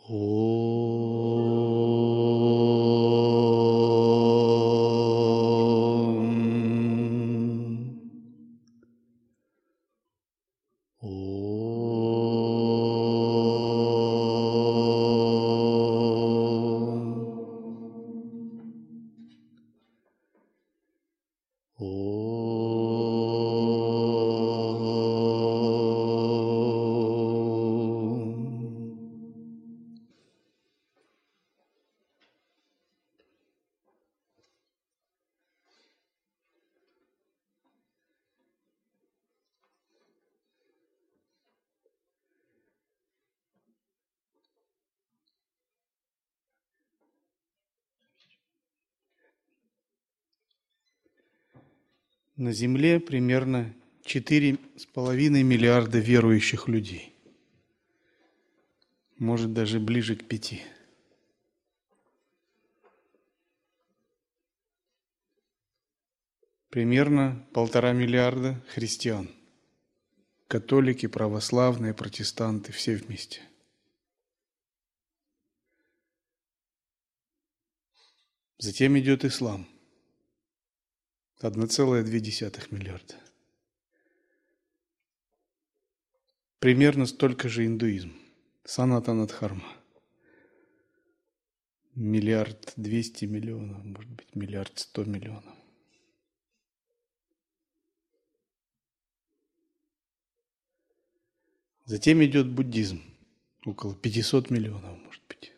На Земле примерно 4,5 миллиарда верующих людей. Может, даже ближе к 5. Примерно 1,5 миллиарда христиан. Католики, православные, протестанты, все вместе. Затем идет ислам. 1,2 миллиарда. Примерно столько же индуизм. Санатана Дхарма. 1,2 миллиарда, может быть, 1,1 миллиарда. Затем идет буддизм. Около 500 миллионов, может быть.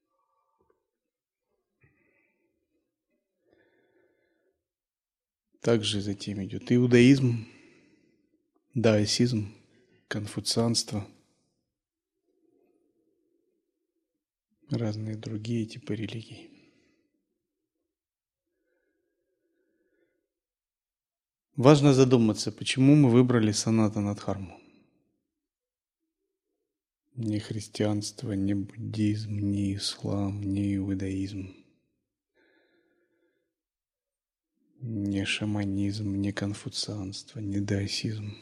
Также затем идет иудаизм, даосизм, конфуцианство, разные другие типы религий. Важно задуматься, почему мы выбрали Санатана Дхарму. Ни христианство, ни буддизм, ни ислам, ни иудаизм, ни шаманизм, ни конфуцианство, ни даосизм.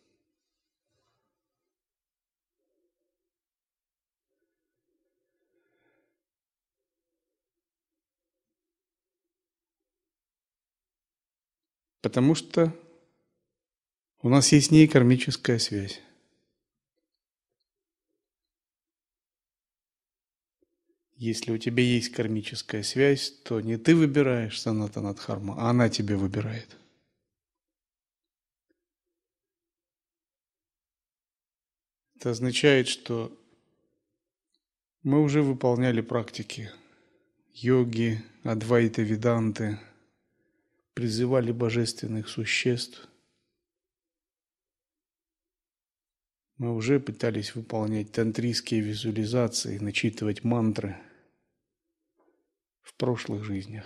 Потому что у нас есть с ней кармическая связь. Если у тебя есть кармическая связь, то не ты выбираешь Санатана Дхарму, а она тебя выбирает. Это означает, что мы уже выполняли практики йоги, адвайта, веданты, призывали божественных существ. Мы уже пытались выполнять тантрийские визуализации, начитывать мантры в прошлых жизнях.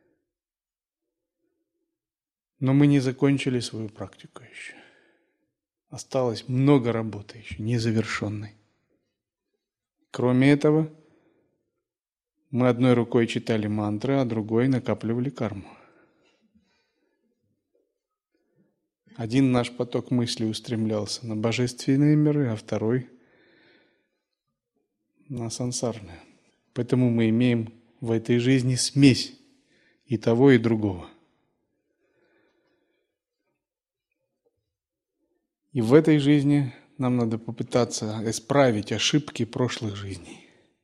Но мы не закончили свою практику еще. Осталось много работы еще, незавершенной. Кроме этого, мы одной рукой читали мантры, а другой накапливали карму. Один наш поток мысли устремлялся на божественные миры, а второй на сансарные. Поэтому мы имеем в этой жизни смесь и того, и другого. И в этой жизни нам надо попытаться исправить ошибки прошлых жизней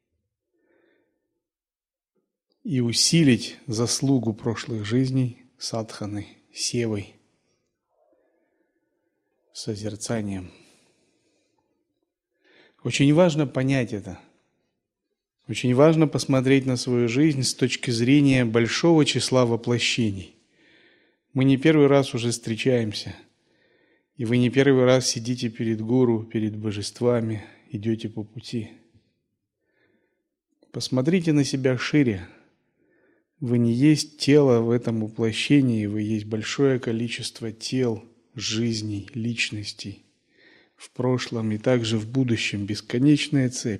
и усилить заслугу прошлых жизней садханой, севой, созерцанием. Очень важно понять это. Очень важно посмотреть на свою жизнь с точки зрения большого числа воплощений. Мы не первый раз уже встречаемся. И вы не первый раз сидите перед гуру, перед божествами, идете по пути. Посмотрите на себя шире. Вы не есть тело в этом воплощении, вы есть большое количество тел, жизней, личностей в прошлом и также в будущем, бесконечная цепь.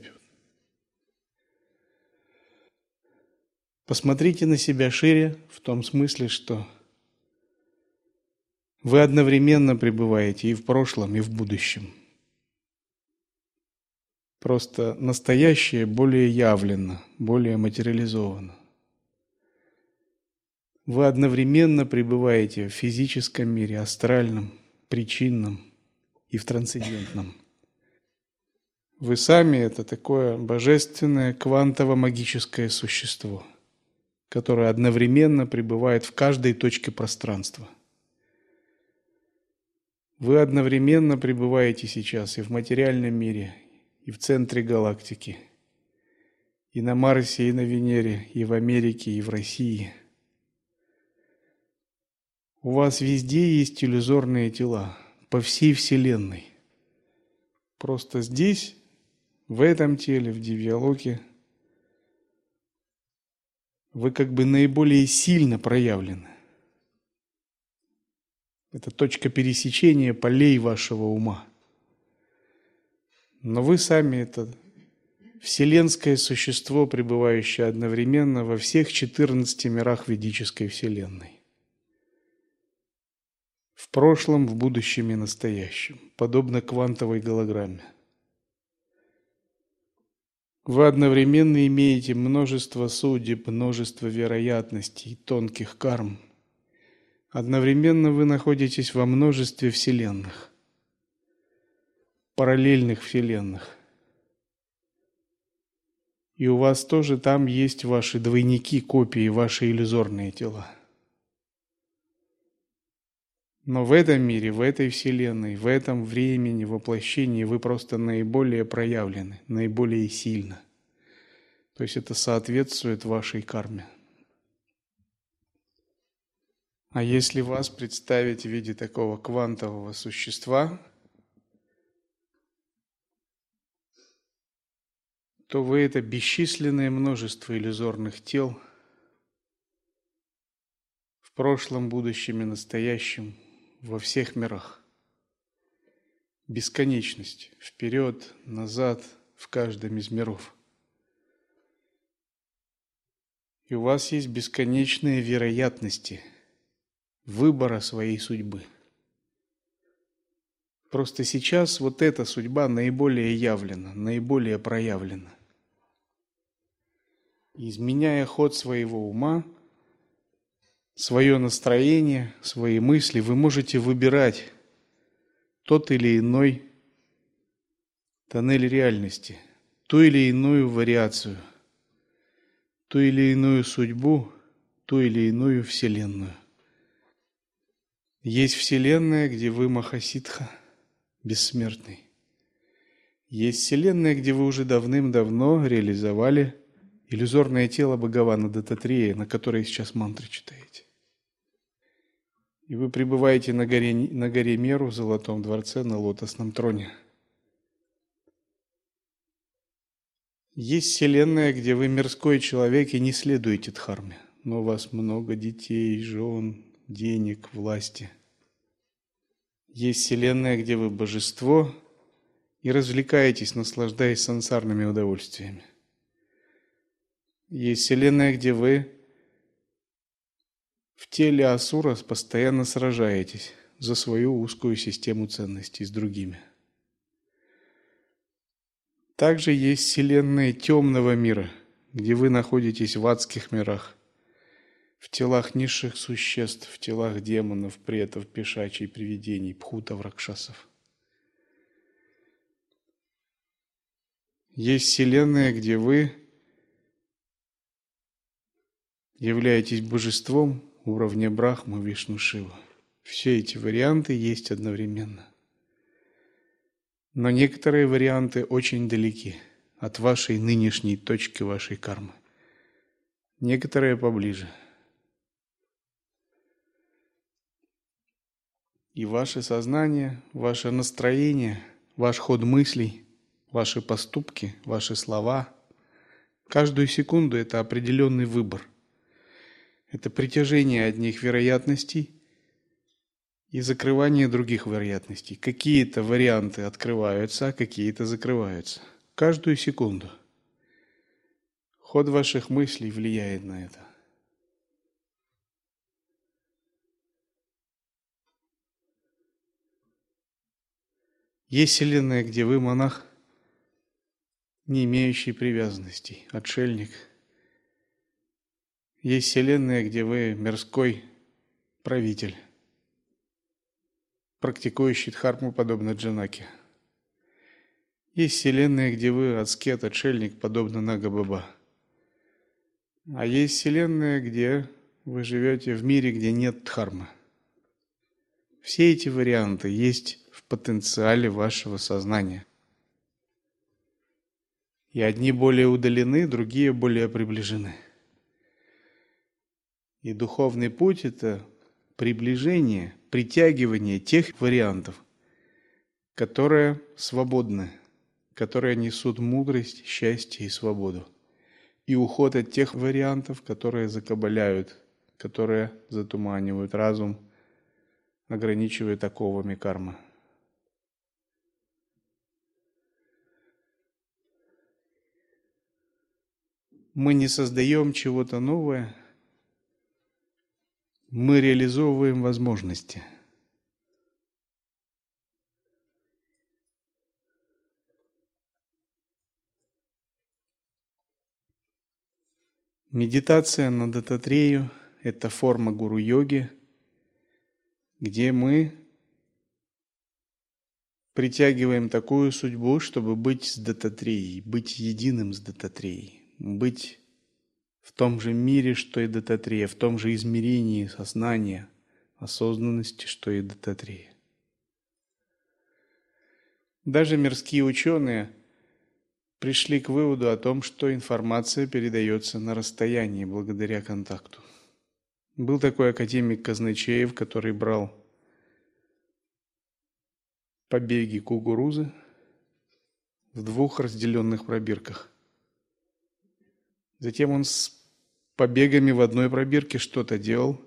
Посмотрите на себя шире в том смысле, что вы одновременно пребываете и в прошлом, и в будущем. Просто настоящее более явлено, более материализовано. Вы одновременно пребываете в физическом мире, астральном, причинном и в трансцендентном. Вы сами – это такое божественное квантово-магическое существо, которое одновременно пребывает в каждой точке пространства. Вы одновременно пребываете сейчас и в материальном мире, и в центре галактики, и на Марсе, и на Венере, и в Америке, и в России. У вас везде есть иллюзорные тела, по всей Вселенной. Просто здесь, в этом теле, в Дивьялоке, вы как бы наиболее сильно проявлены. Это точка пересечения полей вашего ума. Но вы сами – это вселенское существо, пребывающее одновременно во всех 14 мирах ведической Вселенной. В прошлом, в будущем и настоящем, подобно квантовой голограмме. Вы одновременно имеете множество судеб, множество вероятностей, тонких карм. Одновременно вы находитесь во множестве вселенных, параллельных вселенных. И у вас тоже там есть ваши двойники, копии, ваши иллюзорные тела. Но в этом мире, в этой вселенной, в этом времени, воплощении вы просто наиболее проявлены, наиболее сильно. То есть это соответствует вашей карме. А если вас представить в виде такого квантового существа, то вы – это бесчисленное множество иллюзорных тел в прошлом, будущем и настоящем, во всех мирах. Бесконечность, вперед, назад, в каждом из миров. И у вас есть бесконечные вероятности выбора своей судьбы. Просто сейчас вот эта судьба наиболее явлена, наиболее проявлена. Изменяя ход своего ума, свое настроение, свои мысли, вы можете выбирать тот или иной тоннель реальности, ту или иную вариацию, ту или иную судьбу, ту или иную вселенную. Есть вселенная, где вы Махасидха, бессмертный. Есть вселенная, где вы уже давным-давно реализовали иллюзорное тело Бхагавана Даттатрея, на которое сейчас мантры читаете. И вы пребываете на горе Меру в Золотом дворце на лотосном троне. Есть вселенная, где вы мирской человек и не следуете дхарме, но у вас много детей, жен, денег, власти. Есть вселенная, где вы божество и развлекаетесь, наслаждаясь сансарными удовольствиями. Есть вселенная, где вы в теле асура постоянно сражаетесь за свою узкую систему ценностей с другими. Также есть вселенная темного мира, где вы находитесь в адских мирах, в телах низших существ, в телах демонов, претов, пешачей, привидений, пхутов, ракшасов. Есть вселенная, где вы являетесь божеством уровня Брахма, Вишну, Шива. Все эти варианты есть одновременно. Но некоторые варианты очень далеки от вашей нынешней точки вашей кармы. Некоторые поближе. И ваше сознание, ваше настроение, ваш ход мыслей, ваши поступки, ваши слова, каждую секунду это определенный выбор. Это притяжение одних вероятностей и закрывание других вероятностей. Какие-то варианты открываются, а какие-то закрываются. Каждую секунду. Ход ваших мыслей влияет на это. Есть вселенная, где вы монах, не имеющий привязанностей, отшельник. Есть вселенная, где вы мирской правитель, практикующий дхарму, подобно Джанаке. Есть вселенная, где вы аскет, отшельник, подобно Нага-баба. А есть вселенная, где вы живете в мире, где нет дхармы. Все эти варианты есть в потенциале вашего сознания. И одни более удалены, другие более приближены. И духовный путь – это приближение, притягивание тех вариантов, которые свободны, которые несут мудрость, счастье и свободу. И уход от тех вариантов, которые закабаляют, которые затуманивают разум, ограничивают оковами кармы. Мы не создаем чего-то новое, мы реализовываем возможности. Медитация на Даттатрею – это форма гуру-йоги, где мы притягиваем такую судьбу, чтобы быть с Даттатреей, быть единым с Даттатреей, быть в том же мире, что и Даттатрея, в том же измерении сознания, осознанности, что и Даттатрея. Даже мирские ученые пришли к выводу о том, что информация передается на расстоянии благодаря контакту. Был такой академик Казначеев, который брал побеги кукурузы в 2 разделенных пробирках. Затем он с побегами в одной пробирке что-то делал,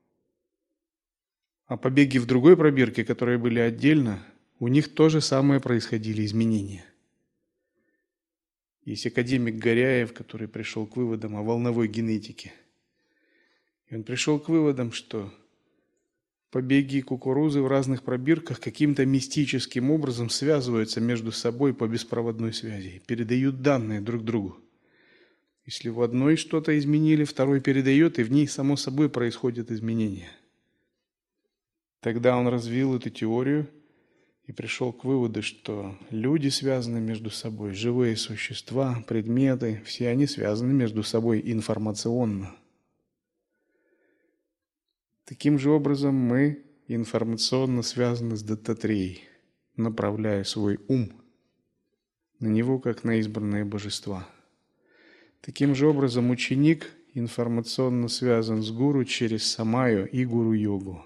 а побеги в другой пробирке, которые были отдельно, у них то же самое происходили изменения. Есть академик Горяев, который пришел к выводам о волновой генетике. И он пришел к выводам, что побеги кукурузы в разных пробирках каким-то мистическим образом связываются между собой по беспроводной связи, передают данные друг другу. Если в одной что-то изменили, второй передает, и в ней само собой происходят изменения. Тогда он развил эту теорию и пришел к выводу, что люди связаны между собой, живые существа, предметы, все они связаны между собой информационно. Таким же образом мы информационно связаны с Даттатреей, направляя свой ум на него, как на избранные божества. Таким же образом ученик информационно связан с гуру через самаю и гуру-йогу.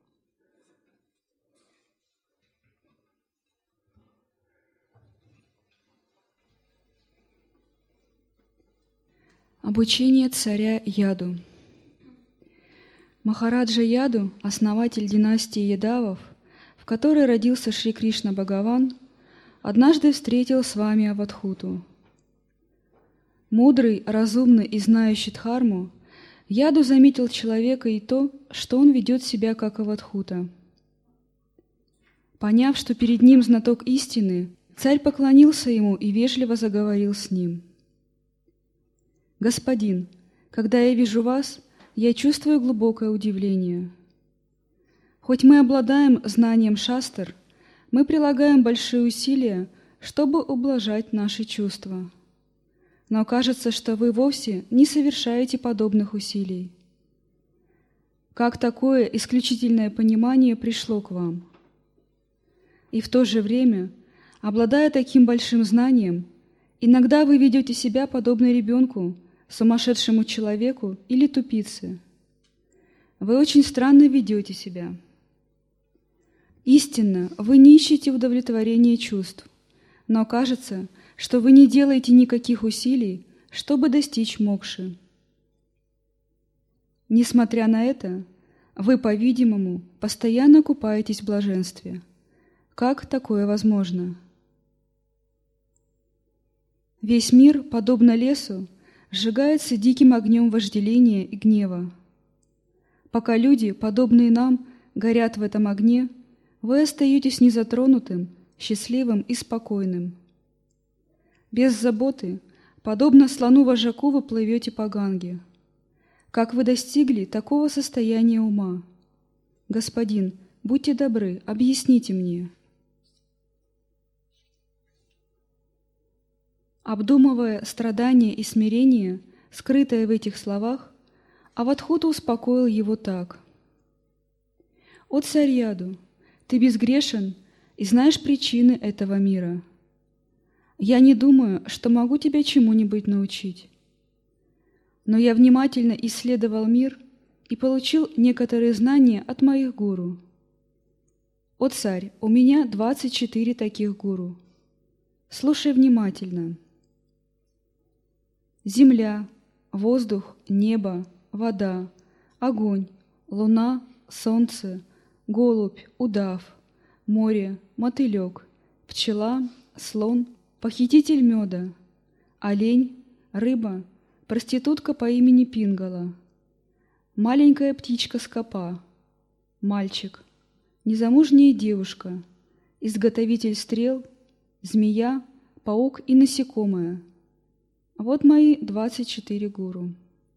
Обучение царя Яду. Махараджа Яду, основатель династии Ядавов, в которой родился Шри Кришна Бхагаван, однажды встретил с вами Авадхуту. Мудрый, разумный и знающий дхарму, Яду заметил человека и то, что он ведет себя как Авадхута. Поняв, что перед ним знаток истины, царь поклонился ему и вежливо заговорил с ним. «Господин, когда я вижу вас, я чувствую глубокое удивление. Хоть мы обладаем знанием шастр, мы прилагаем большие усилия, чтобы ублажать наши чувства. Но кажется, что вы вовсе не совершаете подобных усилий. Как такое исключительное понимание пришло к вам? И в то же время, обладая таким большим знанием, иногда вы ведете себя подобно ребенку, сумасшедшему человеку или тупице. Вы очень странно ведете себя. Истинно, вы не ищете удовлетворения чувств, но кажется, что вы не делаете никаких усилий, чтобы достичь мокши. Несмотря на это, вы, по-видимому, постоянно купаетесь в блаженстве. Как такое возможно? Весь мир, подобно лесу, сжигается диким огнем вожделения и гнева. Пока люди, подобные нам, горят в этом огне, вы остаетесь незатронутым, счастливым и спокойным. Без заботы, подобно слону-вожаку, вы плывете по Ганге. Как вы достигли такого состояния ума? Господин, будьте добры, объясните мне. Обдумывая страдания и смирение, скрытое в этих словах, Авадхута успокоил его так. «О Царьяду, ты безгрешен и знаешь причины этого мира. Я не думаю, что могу тебя чему-нибудь научить. Но я внимательно исследовал мир и получил некоторые знания от моих гуру. О царь, у меня 24 таких гуру. Слушай внимательно. Земля, воздух, небо, вода, огонь, луна, солнце, голубь, удав, море, мотылек, пчела, слон, похититель меда, олень, рыба, проститутка по имени Пингала, маленькая птичка Скопа, мальчик, незамужняя девушка, изготовитель стрел, змея, паук и насекомое. Вот мои 24 гуру.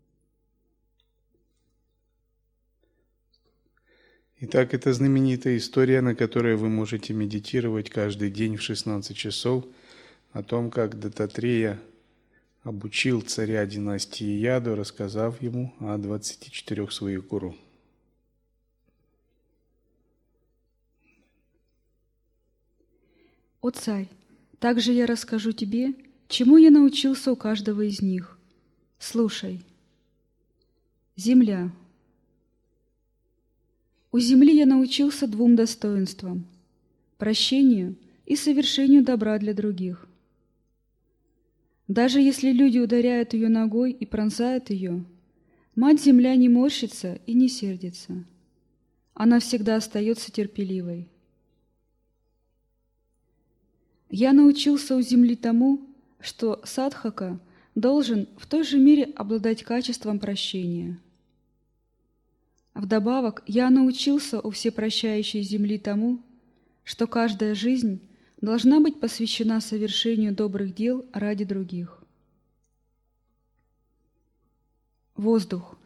Итак, это знаменитая история, на которой вы можете медитировать каждый день в 16 часов, о том, как Даттатрея обучил царя династии Яду, рассказав ему о 24 своих гуру. О царь, также я расскажу тебе, чему я научился у каждого из них. Слушай. Земля. У земли я научился 2 достоинствам – прощению и совершению добра для других. Даже если люди ударяют ее ногой и пронзают ее, Мать-Земля не морщится и не сердится. Она всегда остается терпеливой. Я научился у Земли тому, что садхака должен в той же мере обладать качеством прощения. Вдобавок, я научился у всепрощающей Земли тому, что каждая жизнь должна быть посвящена совершению добрых дел ради других. Воздух.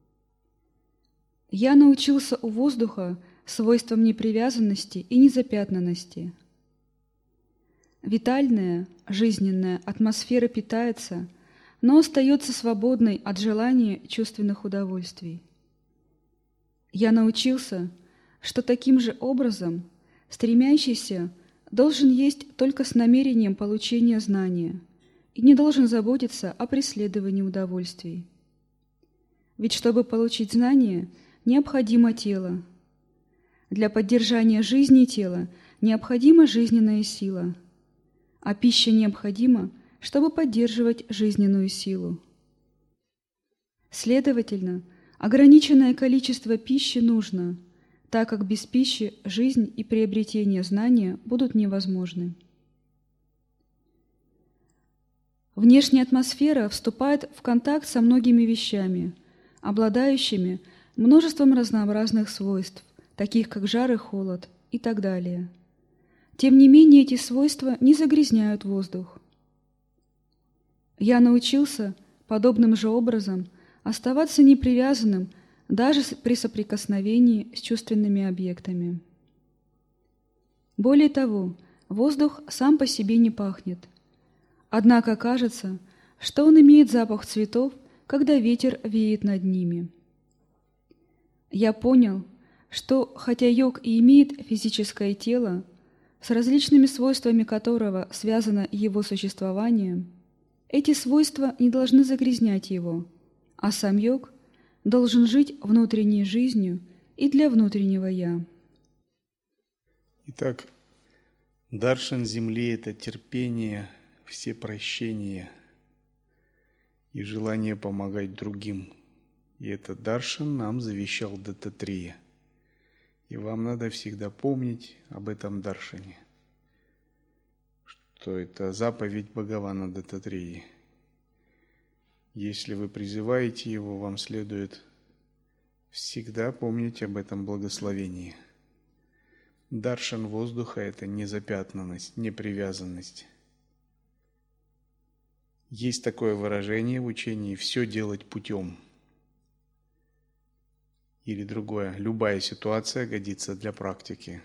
Я научился у воздуха свойствам непривязанности и незапятнанности. Витальная, жизненная атмосфера питается, но остается свободной от желания чувственных удовольствий. Я научился, что таким же образом стремящийся должен есть только с намерением получения знания и не должен заботиться о преследовании удовольствий. Ведь чтобы получить знание, необходимо тело. Для поддержания жизни тела необходима жизненная сила, а пища необходима, чтобы поддерживать жизненную силу. Следовательно, ограниченное количество пищи нужно, так как без пищи жизнь и приобретение знания будут невозможны. Внешняя атмосфера вступает в контакт со многими вещами, обладающими множеством разнообразных свойств, таких как жар и холод и так далее. Тем не менее, эти свойства не загрязняют воздух. Я научился подобным же образом оставаться непривязанным даже при соприкосновении с чувственными объектами. Более того, воздух сам по себе не пахнет. Однако кажется, что он имеет запах цветов, когда ветер веет над ними. Я понял, что хотя йог и имеет физическое тело, с различными свойствами которого связано его существование, эти свойства не должны загрязнять его, а сам йог должен жить внутренней жизнью и для внутреннего «я». Итак, даршан Земли – это терпение, всепрощение и желание помогать другим. И этот даршан нам завещал Даттатрея. И вам надо всегда помнить об этом даршане, что это заповедь Бхагавана Даттатреи. Если вы призываете его, вам следует всегда помнить об этом благословении. Даршан воздуха – это незапятнанность, непривязанность. Есть такое выражение в учении «все делать путем». Или другое, любая ситуация годится для практики.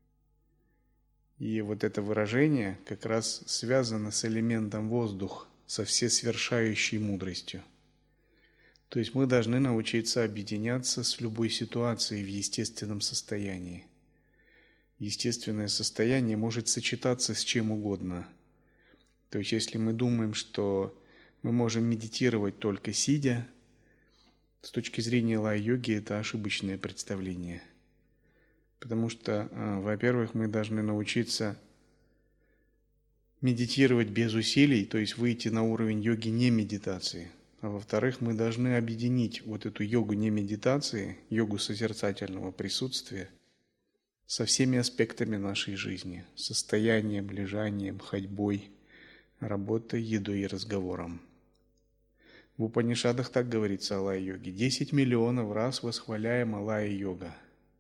И вот это выражение как раз связано с элементом воздух, со всесвершающей мудростью. То есть мы должны научиться объединяться с любой ситуацией в естественном состоянии. Естественное состояние может сочетаться с чем угодно. То есть если мы думаем, что мы можем медитировать только сидя, с точки зрения лай-йоги это ошибочное представление. Потому что, во-первых, мы должны научиться медитировать без усилий, то есть выйти на уровень йоги не медитации. А во-вторых, мы должны объединить вот эту йогу не медитации, йогу созерцательного присутствия со всеми аспектами нашей жизни, состоянием, лежанием, ходьбой, работой, едой и разговором. В Упанишадах так говорится о лай-йоге. 10 миллионов раз восхваляем лай-йога.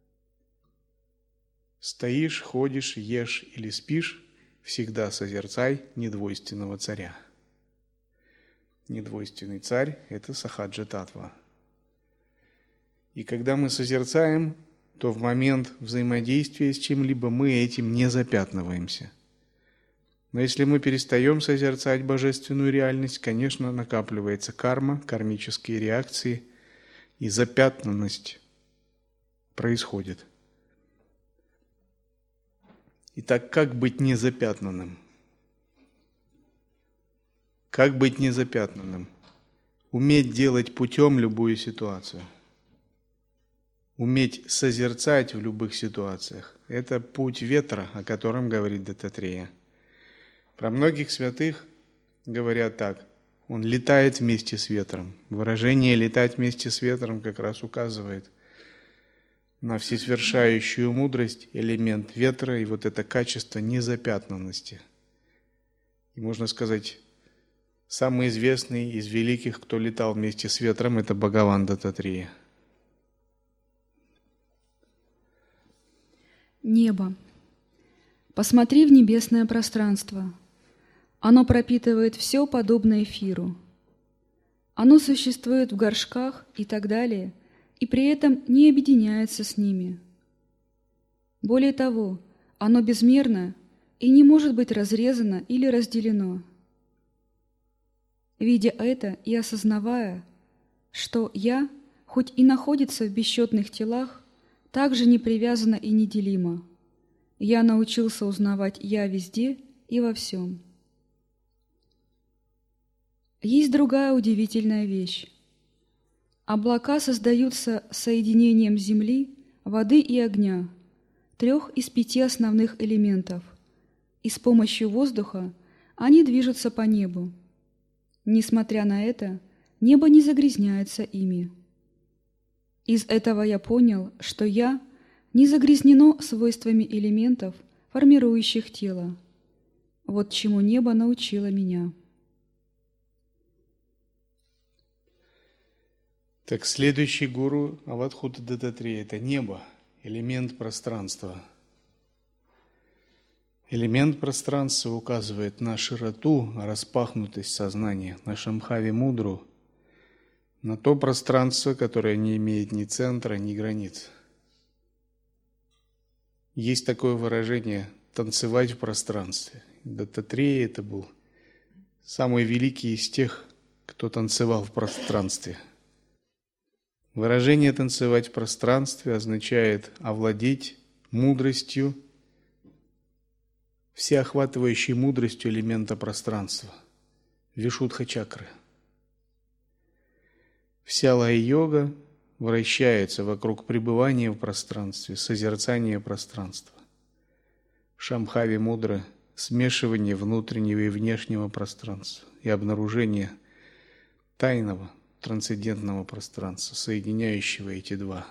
Стоишь, ходишь, ешь или спишь, всегда созерцай недвойственного царя. Недвойственный царь – это сахаджа-татва. И когда мы созерцаем, то в момент взаимодействия с чем-либо мы этим не запятнываемся. Но если мы перестаем созерцать божественную реальность, конечно, накапливается карма, кармические реакции, и запятнанность происходит. Итак, как быть незапятнанным? Как быть незапятнанным? Уметь делать путем любую ситуацию. Уметь созерцать в любых ситуациях. Это путь ветра, о котором говорит Даттатрея. Про многих святых говорят так: он летает вместе с ветром. Выражение «летать вместе с ветром» как раз указывает на всесвершающую мудрость, элемент ветра и вот это качество незапятнанности. И можно сказать, самый известный из великих, кто летал вместе с ветром, это Бхагаван Даттатрея. Небо. Посмотри в небесное пространство. Оно пропитывает все подобно эфиру. Оно существует в горшках и так далее, и при этом не объединяется с ними. Более того, оно безмерно и не может быть разрезано или разделено. Видя это и осознавая, что «я», хоть и находится в бесчетных телах, также не привязана и неделима, я научился узнавать «я» везде и во всем. Есть другая удивительная вещь. Облака создаются соединением земли, воды и огня, 3 из 5 основных элементов, и с помощью воздуха они движутся по небу. Несмотря на это, небо не загрязняется ими. Из этого я понял, что «я» не загрязнено свойствами элементов, формирующих тело. Вот чему небо научило меня. Так, следующий гуру Авадхута Даттатрея – это небо, элемент пространства. Элемент пространства указывает на широту, распахнутость сознания, на Шамбхави Мудру, на то пространство, которое не имеет ни центра, ни границ. Есть такое выражение «танцевать в пространстве». Даттатрея – это был самый великий из тех, кто танцевал в пространстве. Выражение «танцевать в пространстве» означает овладеть мудростью, всеохватывающей мудростью элемента пространства, вишудха-чакры. Вся лай-йога вращается вокруг пребывания в пространстве, созерцания пространства. Шамбхави мудра – смешивание внутреннего и внешнего пространства и обнаружение тайного, трансцендентного пространства, соединяющего эти два.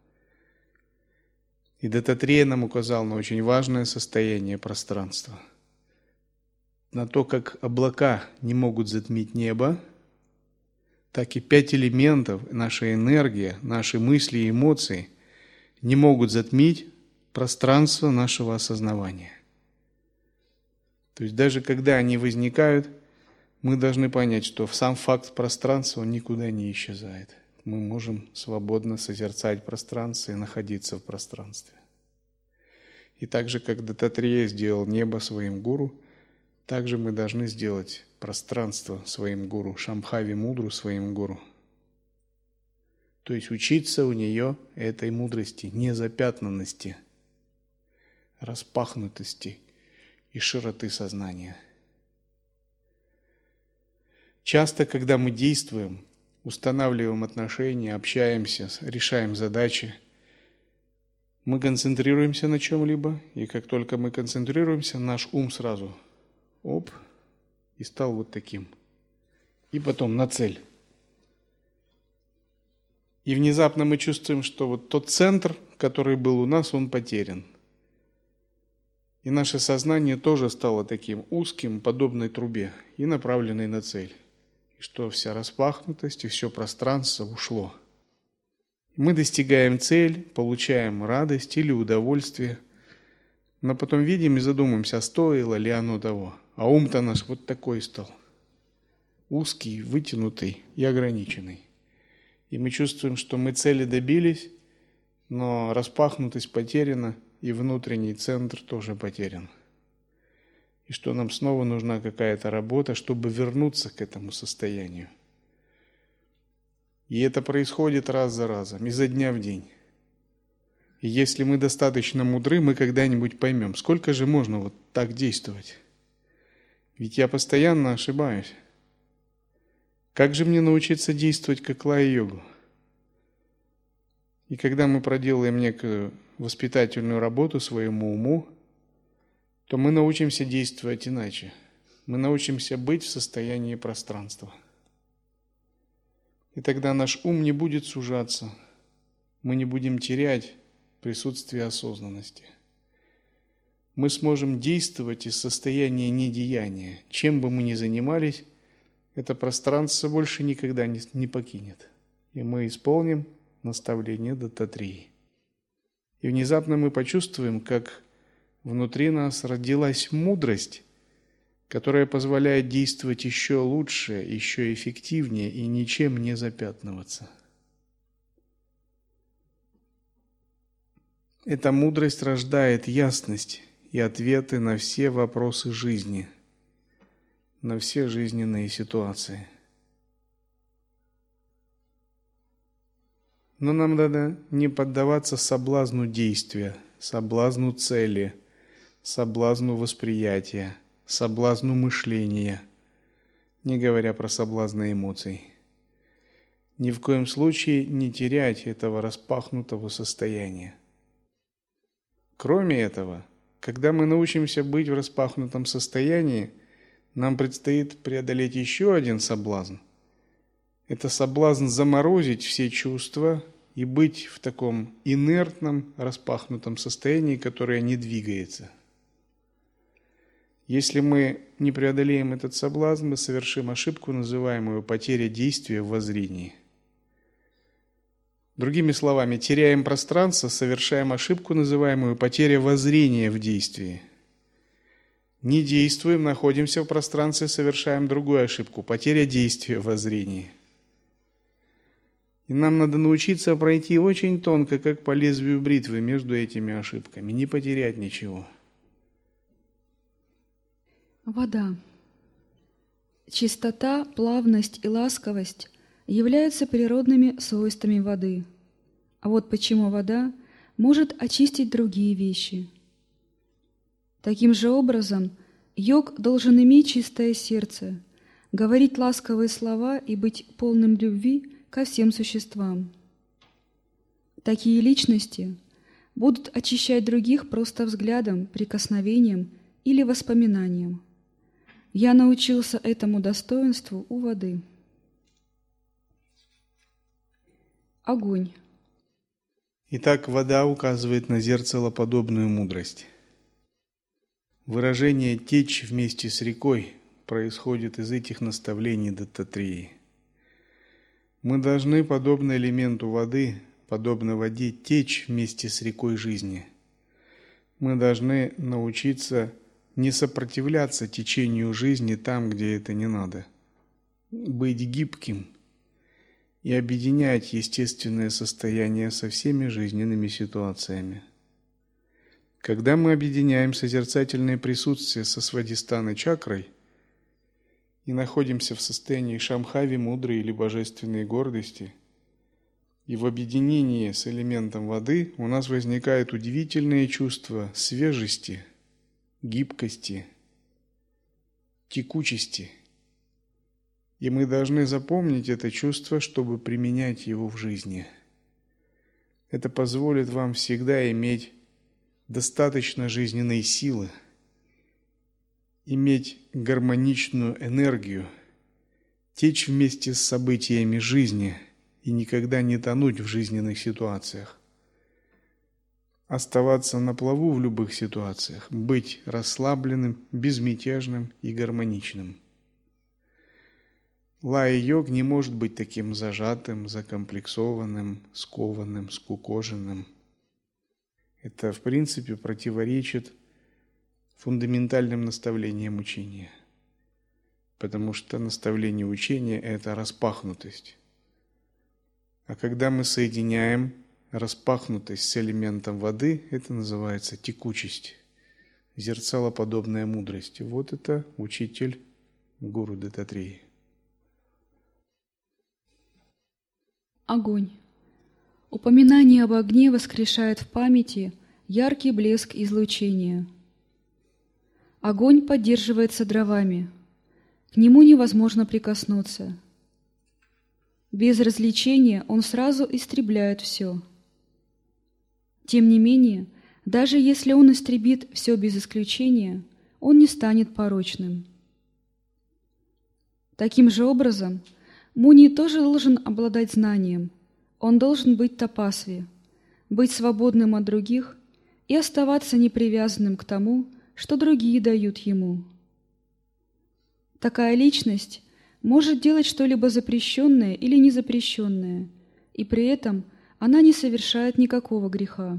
И Даттатрея нам указал на очень важное состояние пространства, на то, как облака не могут затмить небо, так и 5 элементов, наша энергия, наши мысли и эмоции не могут затмить пространство нашего осознавания. То есть даже когда они возникают, Мы должны понять, что сам факт пространства, он никуда не исчезает. Мы можем свободно созерцать пространство и находиться в пространстве. И так же, как Даттатрея сделал небо своим гуру, также мы должны сделать пространство своим гуру, Шамбхави Мудру своим гуру. То есть учиться у нее этой мудрости, незапятнанности, распахнутости и широты сознания. Часто, когда мы действуем, устанавливаем отношения, общаемся, решаем задачи, мы концентрируемся на чем-либо, и как только мы концентрируемся, наш ум сразу оп, и стал вот таким. И потом на цель. И внезапно мы чувствуем, что вот тот центр, который был у нас, он потерян. И наше сознание тоже стало таким узким, подобной трубе, и направленной на цель. И что вся распахнутость и все пространство ушло. Мы достигаем цель, получаем радость или удовольствие, но потом видим и задумаемся, а стоило ли оно того. А ум-то наш вот такой стал. Узкий, вытянутый и ограниченный. И мы чувствуем, что мы цели добились, но распахнутость потеряна, и внутренний центр тоже потерян. И что нам снова нужна какая-то работа, чтобы вернуться к этому состоянию. И это происходит раз за разом, изо дня в день. И если мы достаточно мудры, мы когда-нибудь поймем, сколько же можно вот так действовать. Ведь я постоянно ошибаюсь. Как же мне научиться действовать как лая-йогу? И когда мы проделаем некую воспитательную работу своему уму, то мы научимся действовать иначе. Мы научимся быть в состоянии пространства. И тогда наш ум не будет сужаться. Мы не будем терять присутствие осознанности. Мы сможем действовать из состояния недеяния. Чем бы мы ни занимались, это пространство больше никогда не покинет. И мы исполним наставление Даттатреи. И внезапно мы почувствуем, как внутри нас родилась мудрость, которая позволяет действовать еще лучше, еще эффективнее и ничем не запятнываться. Эта мудрость рождает ясность и ответы на все вопросы жизни, на все жизненные ситуации. Но нам надо не поддаваться соблазну действия, соблазну цели, соблазну восприятия, соблазну мышления, не говоря про соблазны эмоций. Ни в коем случае не терять этого распахнутого состояния. Кроме этого, когда мы научимся быть в распахнутом состоянии, нам предстоит преодолеть еще один соблазн. Это соблазн заморозить все чувства и быть в таком инертном, распахнутом состоянии, которое не двигается. Если мы не преодолеем этот соблазн, мы совершим ошибку, называемую потеря действия в воззрении. Другими словами, теряем пространство, совершаем ошибку, называемую потеря воззрения в действии. Не действуем, находимся в пространстве, совершаем другую ошибку, потеря действия в воззрении. И нам надо научиться пройти очень тонко, как по лезвию бритвы, между этими ошибками, не потерять ничего. Вода. Чистота, плавность и ласковость являются природными свойствами воды. А вот почему вода может очистить другие вещи. Таким же образом, йог должен иметь чистое сердце, говорить ласковые слова и быть полным любви ко всем существам. Такие личности будут очищать других просто взглядом, прикосновением или воспоминанием. Я научился этому достоинству у воды. Огонь. Итак, вода указывает на зеркалоподобную мудрость. Выражение «течь вместе с рекой» происходит из этих наставлений Даттатреи. Мы должны, подобно элементу воды, подобно воде, течь вместе с рекой жизни. Мы должны научиться не сопротивляться течению жизни там, где это не надо, быть гибким и объединять естественное состояние со всеми жизненными ситуациями. Когда мы объединяем созерцательное присутствие со свадхистханой чакрой и находимся в состоянии шамхави, мудрой или божественной гордости, и в объединении с элементом воды у нас возникает удивительное чувство свежести, гибкости, текучести. И мы должны запомнить это чувство, чтобы применять его в жизни. Это позволит вам всегда иметь достаточно жизненной силы, иметь гармоничную энергию, течь вместе с событиями жизни и никогда не тонуть в жизненных ситуациях. Оставаться на плаву в любых ситуациях, быть расслабленным, безмятежным и гармоничным. Лая-йог не может быть таким зажатым, закомплексованным, скованным, скукоженным. Это, в принципе, противоречит фундаментальным наставлениям учения. Потому что наставление учения – это распахнутость. А когда мы соединяем распахнутость с элементом воды, это называется текучесть, зерцалоподобная мудрость. Вот это учитель гуру Даттатрея. Огонь. Упоминание об огне воскрешает в памяти яркий блеск излучения. Огонь поддерживается дровами. К нему невозможно прикоснуться. Без развлечения он сразу истребляет все. Тем не менее, даже если он истребит все без исключения, он не станет порочным. Таким же образом, муни тоже должен обладать знанием. Он должен быть тапасви, быть свободным от других и оставаться непривязанным к тому, что другие дают ему. Такая личность может делать что-либо запрещенное или незапрещенное, и при этом она не совершает никакого греха.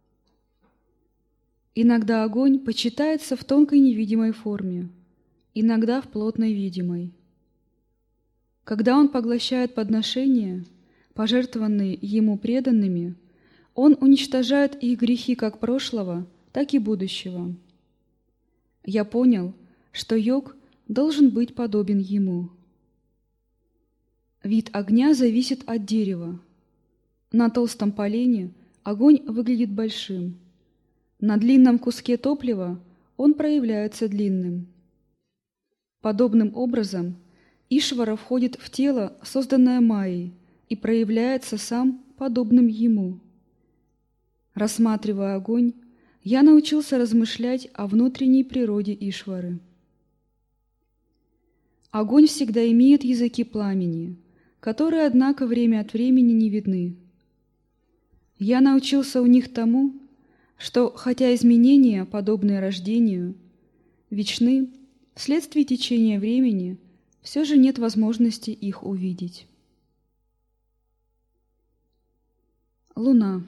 Иногда огонь почитается в тонкой невидимой форме, иногда в плотной видимой. Когда он поглощает подношения, пожертвованные ему преданными, он уничтожает их грехи как прошлого, так и будущего. Я понял, что йог должен быть подобен ему. Вид огня зависит от дерева. На толстом полене огонь выглядит большим. На длинном куске топлива он проявляется длинным. Подобным образом Ишвара входит в тело, созданное Майей, и проявляется сам подобным ему. Рассматривая огонь, я научился размышлять о внутренней природе Ишвары. Огонь всегда имеет языки пламени, которые, однако, время от времени не видны. Я научился у них тому, что, хотя изменения, подобные рождению, вечны, вследствие течения времени, все же нет возможности их увидеть. Луна.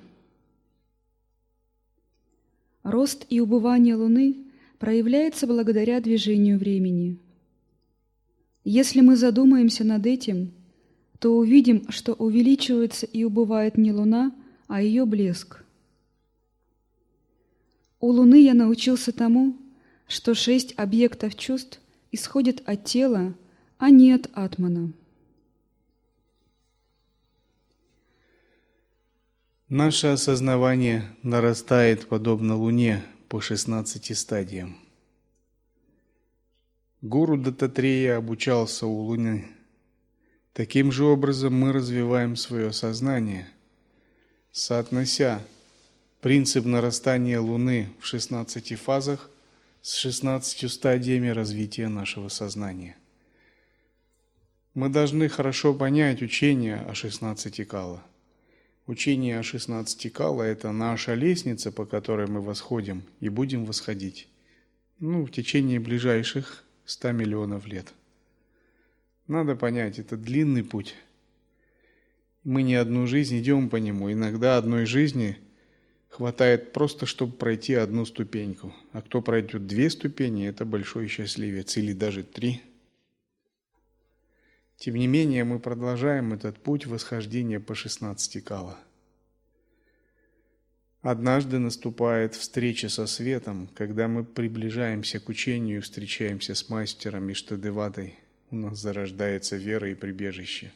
Рост и убывание Луны проявляется благодаря движению времени. Если мы задумаемся над этим, то увидим, что увеличивается и убывает не Луна, а ее блеск. У Луны я научился тому, что 6 объектов чувств исходят от тела, а не от атмана. Наше осознавание нарастает подобно Луне по 16 стадиям. Гуру Даттатрея обучался у Луны. Таким же образом мы развиваем свое сознание, соотнося принцип нарастания Луны в 16 фазах с 16 стадиями развития нашего сознания. Мы должны хорошо понять учение о 16 кала. Учение о 16 кала – это наша лестница, по которой мы восходим и будем восходить в течение ближайших 100 миллионов лет. Надо понять, это длинный путь. Мы не одну жизнь идем по нему. Иногда одной жизни хватает просто, чтобы пройти одну ступеньку. А кто пройдет 2 ступени, это большой счастливец, или даже 3. Тем не менее, мы продолжаем этот путь восхождения по 16 кала. Однажды наступает встреча со светом, когда мы приближаемся к учению, встречаемся с мастером Иштадеватой, у нас зарождается вера и прибежище.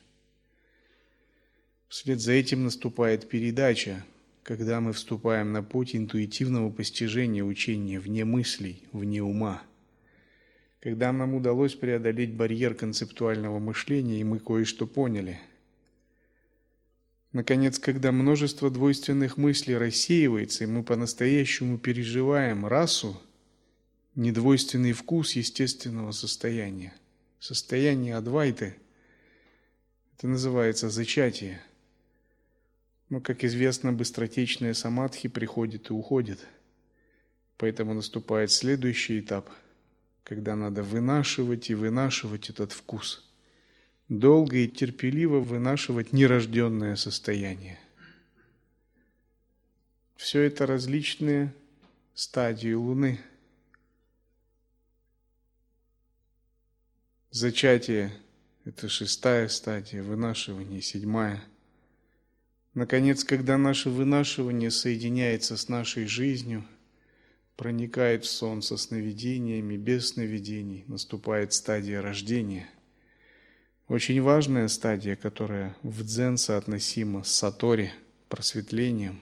Вслед за этим наступает передача, когда мы вступаем на путь интуитивного постижения учения вне мыслей, вне ума. Когда нам удалось преодолеть барьер концептуального мышления, и мы кое-что поняли. Наконец, когда множество двойственных мыслей рассеивается, и мы по-настоящему переживаем расу, недвойственный вкус естественного состояния, состояние Адвайты, это называется зачатие. Но, как известно, быстротечная самадхи приходит и уходит. Поэтому наступает следующий этап, когда надо вынашивать и вынашивать этот вкус. Долго и терпеливо вынашивать нерожденное состояние. Все это различные стадии Луны. Зачатие – это 6-я стадия, вынашивание – 7-я. Наконец, когда наше вынашивание соединяется с нашей жизнью, проникает в сон со сновидениями, без сновидений, наступает стадия рождения. Очень важная стадия, которая в дзен соотносима с сатори, просветлением.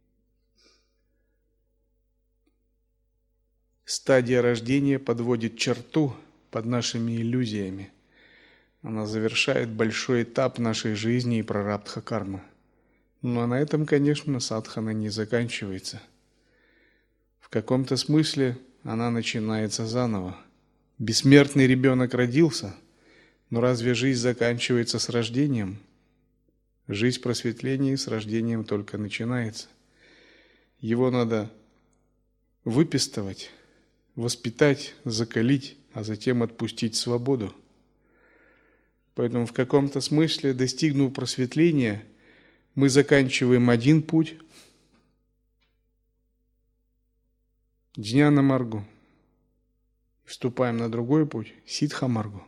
Стадия рождения подводит черту под нашими иллюзиями. Она завершает большой этап нашей жизни и прарабдха кармы. Но на этом, конечно, садхана не заканчивается. В каком-то смысле она начинается заново. Бессмертный ребенок родился, но разве жизнь заканчивается с рождением? Жизнь просветления с рождением только начинается. Его надо выпистывать, воспитать, закалить, а затем отпустить в свободу. Поэтому в каком-то смысле, достигнув просветления, мы заканчиваем один путь – Джняна Маргу, вступаем на другой путь – Сиддха Маргу.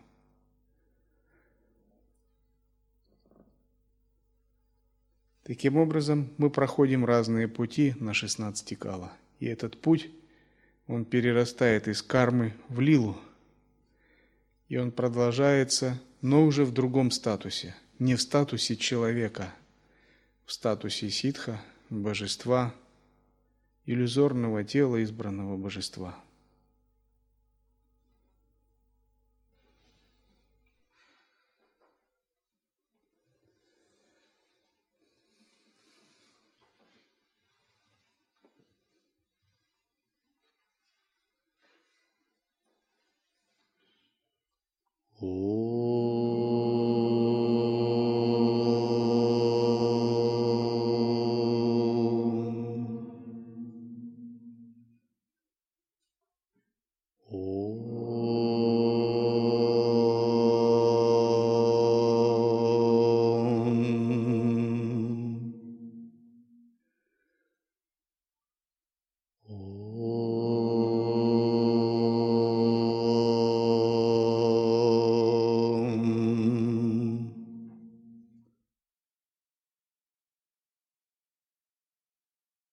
Таким образом, мы проходим разные пути на 16 кала. И этот путь, он перерастает из кармы в лилу. И он продолжается, но уже в другом статусе. Не в статусе человека, в статусе ситха, божества, иллюзорного тела избранного божества. Om.